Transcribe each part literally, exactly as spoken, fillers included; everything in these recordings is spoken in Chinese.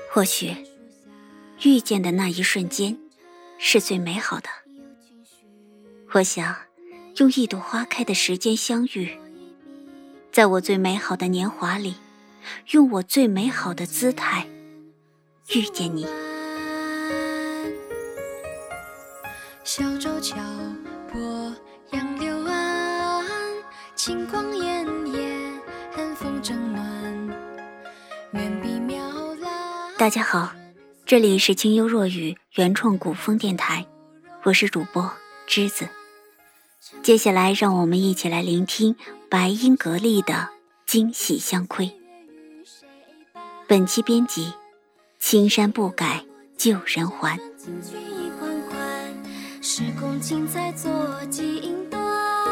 或许遇见的那一瞬间是最美好的。我想用一朵花开的时间相遇，在我最美好的年华里，用我最美好的姿态遇见你。 小舟桥泊杨柳岸，清光潋滟，寒风正暖，远比妙兰。 大家好，这里是清幽若雨原创古风电台，我是主播栀子。接下来让我们一起来聆听白音格力的惊喜相窥。本期编辑青山不改旧人还。 时空尽在做锦端，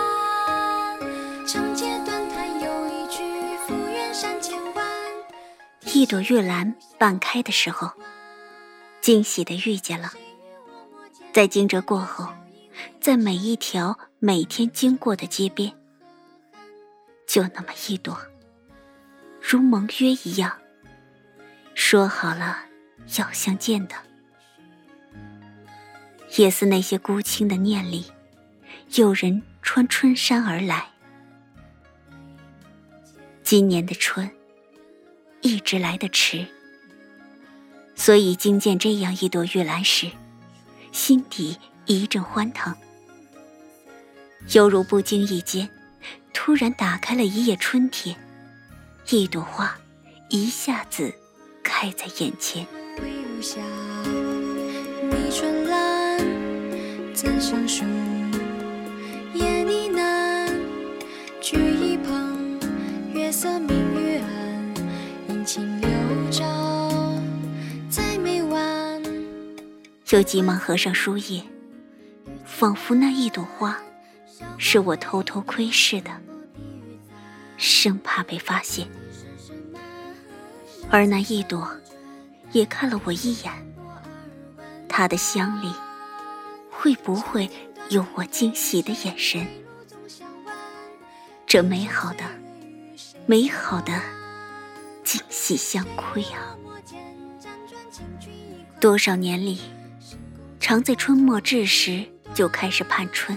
长街短谈有一句，福远山千万。 一朵玉兰半开的时候，惊喜地遇见了。在惊蛰过后，在每一条每天经过的街边，就那么一朵，如盟约一样，说好了要相见的。也似那些孤清的念里，有人穿春衫而来。今年的春一直来得迟，所以经见这样一朵玉兰时，心底一阵欢腾，犹如不经意间突然打开了一叶春天，一朵花一下子开在眼前。 归无暇，迷春兰，怎相属？夜呢喃，举一捧，月色明欲暗，阴晴流照，再没完。 又急忙合上书页，仿佛那一朵花是我偷偷窥视的，生怕被发现。而那一朵也看了我一眼，它的香里会不会有我惊喜的眼神？这美好的美好的惊喜相窥啊！多少年里，常在春末至时就开始盼春，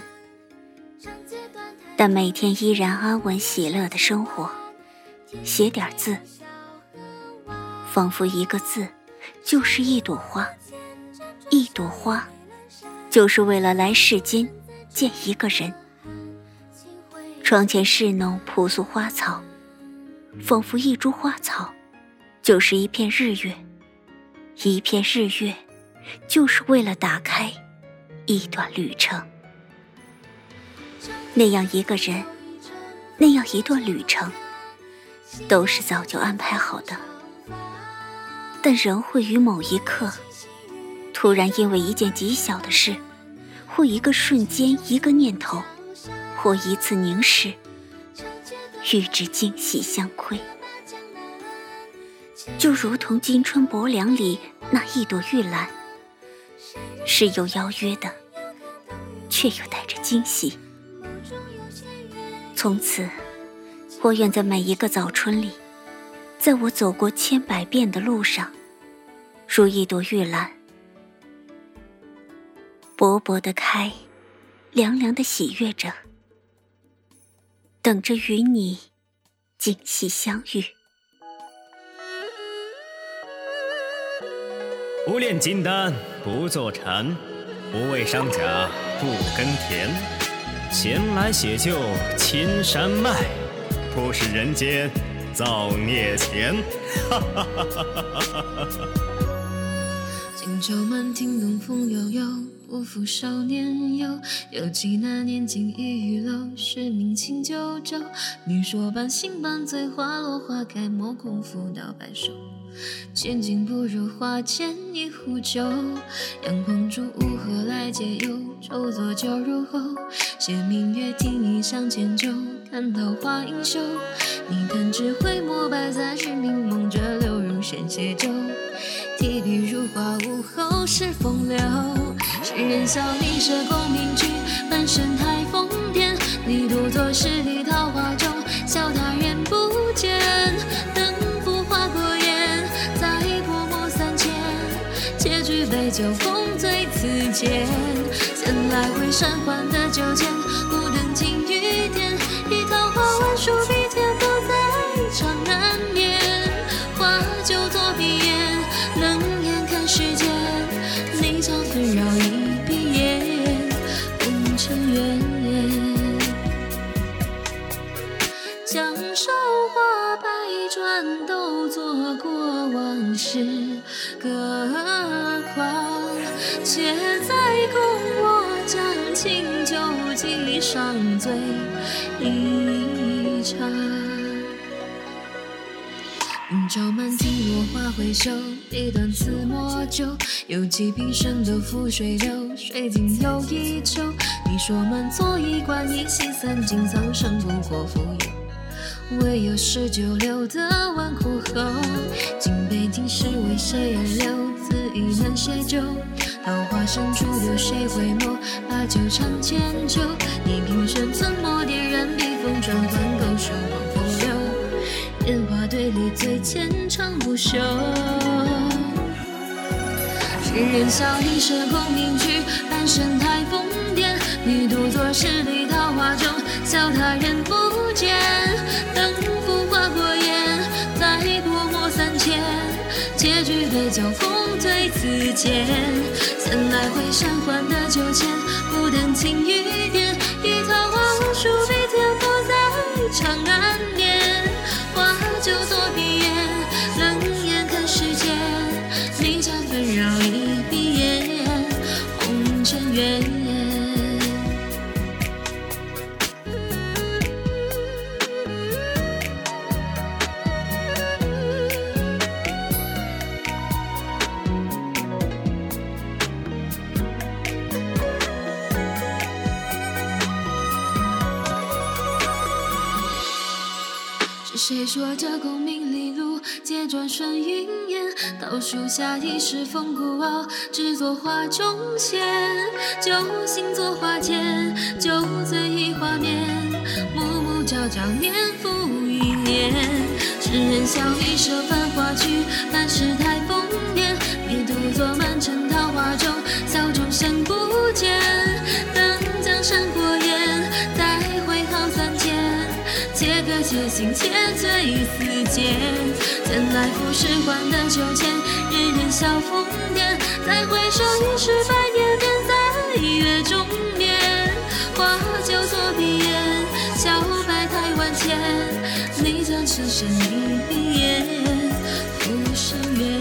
但每天依然安稳喜乐的生活，写点字，仿佛一个字就是一朵花，一朵花就是为了来世间见一个人。窗前侍弄朴素花草，仿佛一株花草就是一片日月，一片日月就是为了打开一段旅程。那样一个人，那样一段旅程，都是早就安排好的，但人会于某一刻突然因为一件极小的事，或一个瞬间，一个念头，或一次凝视，与之惊喜相窥。就如同金春薄凉里那一朵玉兰，是有邀约的，却又带着惊喜。从此我愿在每一个早春里，在我走过千百遍的路上，如一朵玉兰，薄薄的开，凉凉的喜悦着，等着与你惊喜相遇。 不炼金丹不坐禅，不为商贾不耕田，前来写就青山脉，不使人间造孽钱。哈哈哈哈哈哈！ 今朝满庭东风悠悠，不负少年游。犹记那年锦衣玉楼，是明清九州。女说半醒半醉，花落花开，莫空扶到白首。千金不如花间一壶酒，阳光烛午何来解忧？愁作酒入喉，写明月听一向前酒，看桃花映袖。你弹指挥墨，摆在日明梦着流入神血酒。提笔如画，午后是风流。世人笑你舍功名去，半生太疯癫。你独坐十里桃花中，笑他人不见。等浮华过眼，在泼墨三千。 酒风醉此间，闲来回闪还的酒钱，不等晴雨天，一桃花万树比天都在长安眠。花酒作鼻烟，冷眼看世间，你将纷扰一闭眼，红尘缘。江韶华百转，都做过往事，何况且在共我将清酒几上醉一场。明朝满庭落花回首，一段刺墨酒，有几瓶深得覆水流，水尽又一秋。你说满座一观一戏三尽，苍生不过浮游，唯有十九留得万古后。金杯尽是为谁而留，此意难写就。桃花深处留谁回眸，把酒长千秋。你平生寸墨点燃笔锋，转换勾手望风流。烟花对立最牵长不休，世人笑你社空名句，半生太疯癫。你独坐十里桃花中，笑他人不见。等浮华过眼，再过莫三千。结局对酒风醉此间，闲来回闪还的酒钱，不等晴雨天，一桃花无数比天都在长安眠。花酒作鼻烟，冷眼看世间，你将纷扰一闭眼，红尘缘。谁说这功名利禄皆转瞬云烟？倒数下一世风孤傲，只作画中仙。酒醒作花间，酒醉一画面，暮暮朝朝年复一年。世人笑你舍繁华去，半世太疯癫。你独坐满城桃花中，笑终身不见。等江山过眼，再会好三千。且歌且行且醉思间，闲来浮世换的酒钱，人人笑疯癫。再回首已是百年，便在月中眠。花酒作鼻烟，笑百态万千。你将此生一闭眼，浮生缘。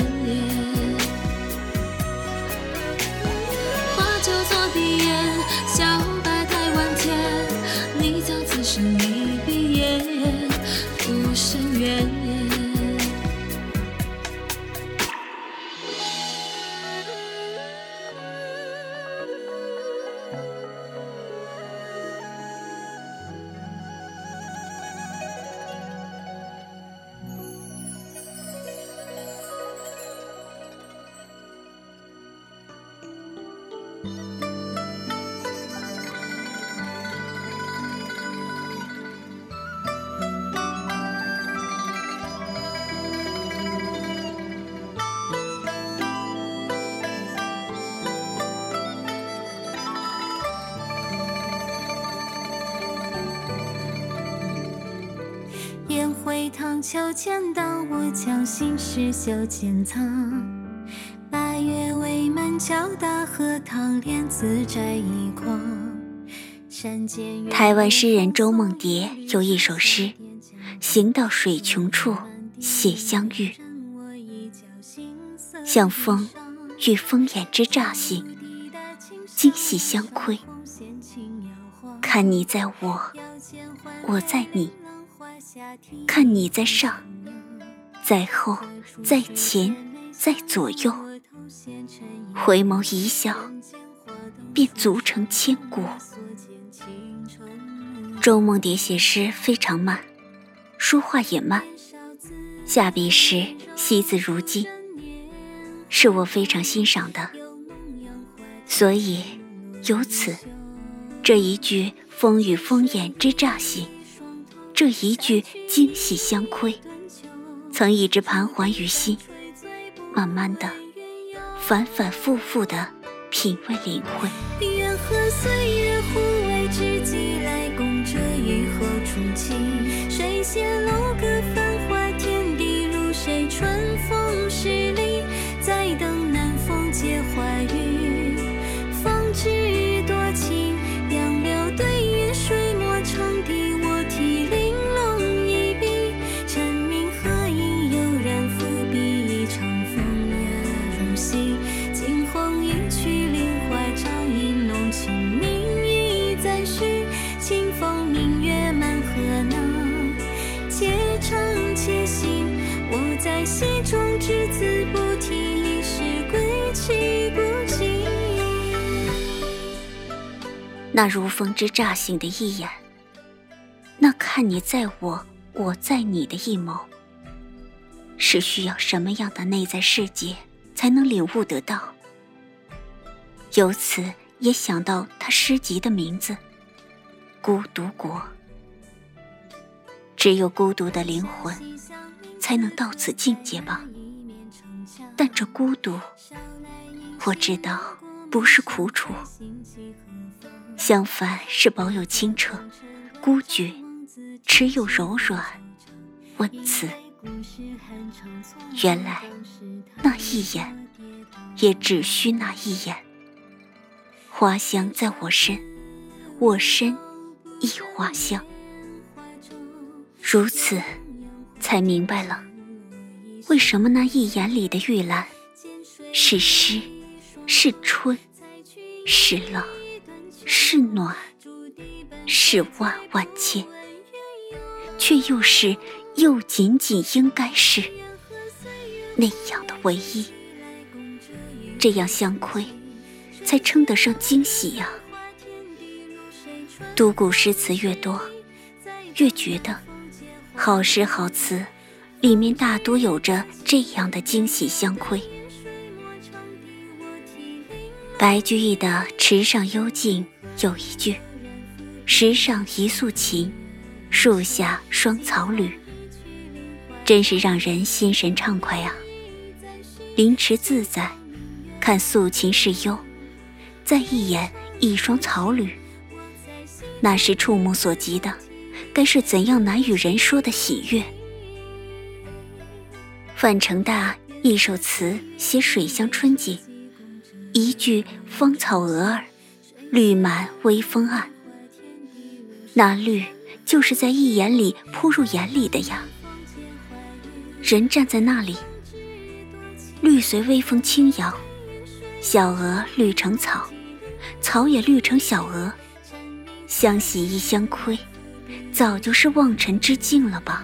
花酒作鼻烟，笑百态万千。你将此生一闭眼，浮生缘。 宴会堂秋千荡，我将心事袖间藏。八月未满敲打荷塘，莲自摘一筐。 台湾诗人周梦蝶有一首诗，行到水穷处，写相遇。像风遇风眼之乍醒，惊喜相窥。看你在我，我在你。看你在上，在后，在前，在左右。回眸一笑，便足成千古。周梦蝶写诗非常慢，说话也慢，下笔时惜字如金，是我非常欣赏的。所以由此，这一句风与风眼之乍醒，这一句惊喜相窥，曾一直盘桓于心，慢慢的反反复复的品味领会。 愿和岁月互为知己，来共这雨后初晴。谁先楼阁繁华天地，如谁春风十里。再等南风借花雨，方知多情。杨柳对月，水墨长笛，我题玲珑一笔。蝉鸣鹤影悠然，伏笔一场风月如戏。惊鸿一去，林怀照影浓情，明意再续。清风明月满河南，且唱且行。我在戏中只字不提，一时归期不尽。 那如风之乍醒的一眼，那看你在我，我在你的一眸，是需要什么样的内在世界才能领悟得到？由此也想到他诗集的名字《孤独国》。只有孤独的灵魂才能到此境界吧。但这孤独，我知道不是苦楚，相反是保有清澈、孤绝，持有柔软、温慈。原来那一眼，也只需那一眼。花香在我身，我身亦花香。如此才明白了，为什么那一眼里的玉兰是诗，是春，是冷，是暖，是万万千，却又是又仅仅应该是那样的唯一。这样相窥，才称得上惊喜呀、啊！读古诗词越多，越觉得好诗好词里面大多有着这样的惊喜相窥。白居易的《池上幽静》有一句：石上一素琴，树下双草侣，真是让人心神畅快啊！临池自在，看素琴是幽，再一眼一双草侣，那是触目所及的，该是怎样难与人说的喜悦。范成大一首词写水乡春景，一句芳草鹅儿，绿满微风岸。那绿就是在一眼里扑入眼里的呀。人站在那里，绿随微风轻摇，小鹅绿成草，草也绿成小鹅，相喜亦相窥，早就是望尘之境了吧。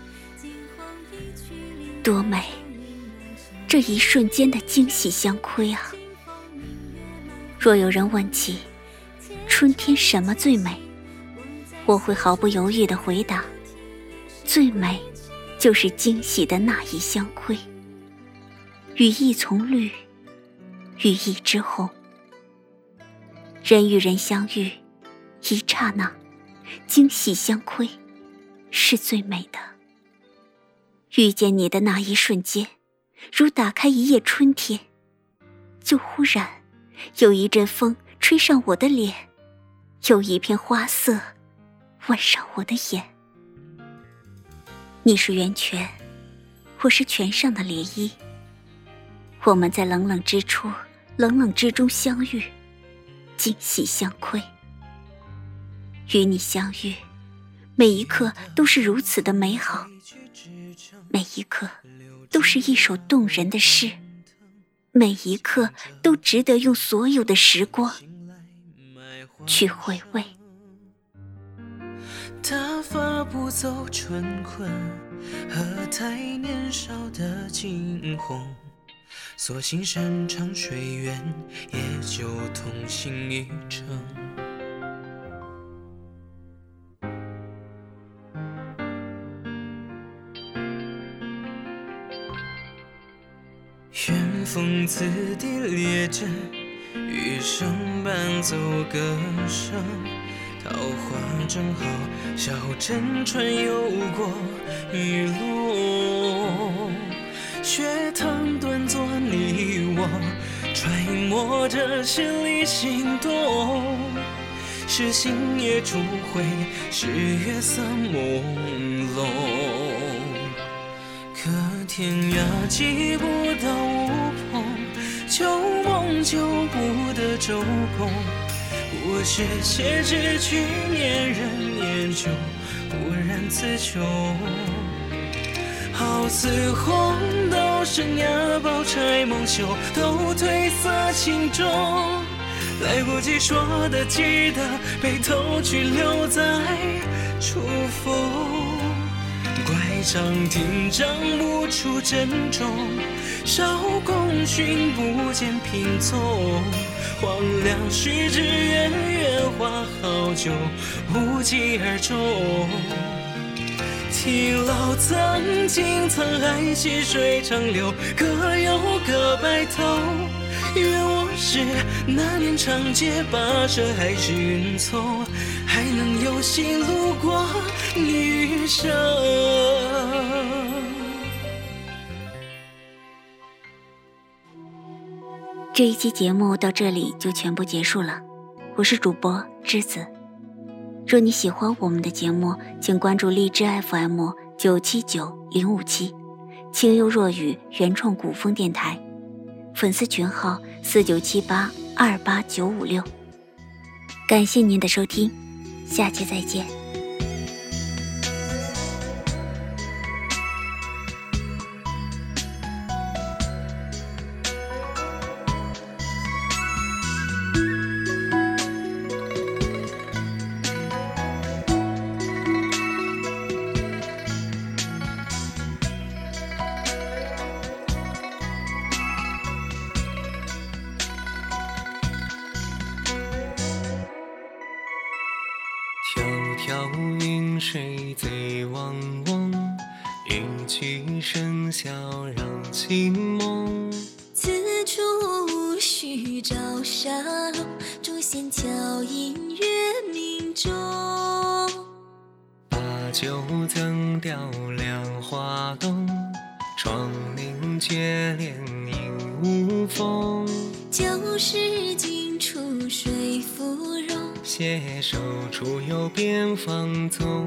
多美，这一瞬间的惊喜相窥啊！若有人问起春天什么最美，我会毫不犹豫地回答：最美就是惊喜的那一相窥。羽翼从绿，羽翼之红，人与人相遇，一刹那，惊喜相窥，是最美的。遇见你的那一瞬间，如打开一页春天，就忽然有一阵风吹上我的脸，有一片花色吻上我的眼。你是源泉，我是泉上的涟漪，我们在冷冷之处，冷冷之中相遇，惊喜相窥。与你相遇，每一刻都是如此的美好，每一刻都是一首动人的诗，每一刻都值得用所有的时光去回味。 他发不走春困和太年少的惊鸿，索性山长水远，也就同行一程。远风此地列阵，余生伴奏歌声。桃花正好，小镇春游过雨落。学堂端坐你我， 我揣摩着心里心动，是星夜烛辉，是月色朦胧。可天涯寄不到乌篷，旧梦救不得周公。我是写至去年人年久，忽然词穷。好似红豆生芽宝钗梦袖，都褪色情重。来不及说的记得，被偷去留在初风。乖张听掌不出珍重，少功勋不见平从。荒凉虚掷月月花好久，无疾而终。听老曾经沧海细水长流，各有各白头。愿我是那年长街跋涉，还是云从，还能有幸路过你余生。 这一期节目到这里就全部结束了，我是主播栀子。若你喜欢我们的节目，请关注荔枝 F M 九七九零五七，清幽若雨原创古风电台，粉丝群号四九七八二八九五六。感谢您的收听，下期再见。 迢迢云水醉汪汪，一曲笙箫让情梦。 此处无需朝沙漏，竹弦调音月明中。 把酒赠雕梁画栋，窗棂绝帘映无风。 旧时尽处水芙蓉， 携手出游边芳踪。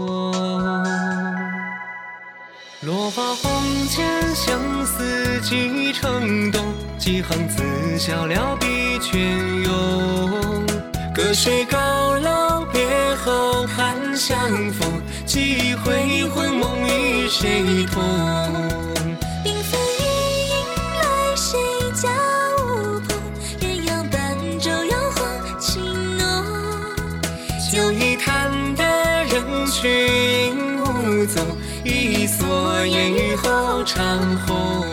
落花红笺相思几程动，几行字笑了笔泉涌。隔水高楼别后还相逢，几回魂梦与谁同？ 缤纷雨迎来谁家乌篷，鸳鸯伴舟摇晃情浓。 酒一坛的人去应无踪，一蓑烟雨后长虹。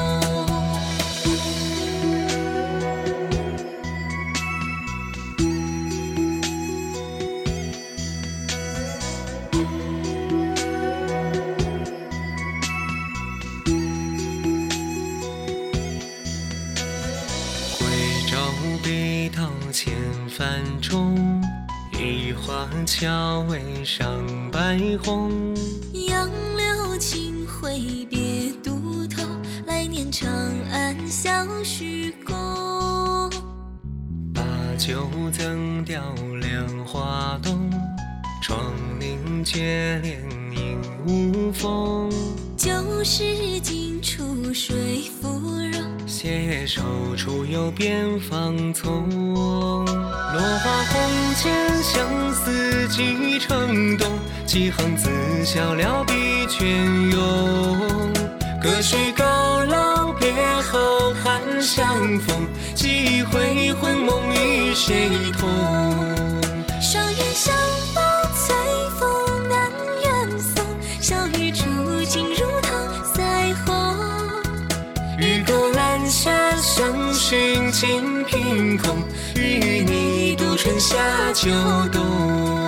回照北道千帆中，一花悄微上白虹。 杨柳清辉别独头，来年长安小许公。 把酒赠雕梁画栋，窗棂绝帘映无风。 旧时尽处水芙蓉， 携手出游边芳丛。落花红笺相思几程动，几行字笑了笔泉涌。隔水高楼别后还相逢，几回魂梦与谁同？ 双月相抱翠峰南远送，小雨初尽如同腮红。 雨过阑珊相寻尽凭空，与你度春夏秋冬。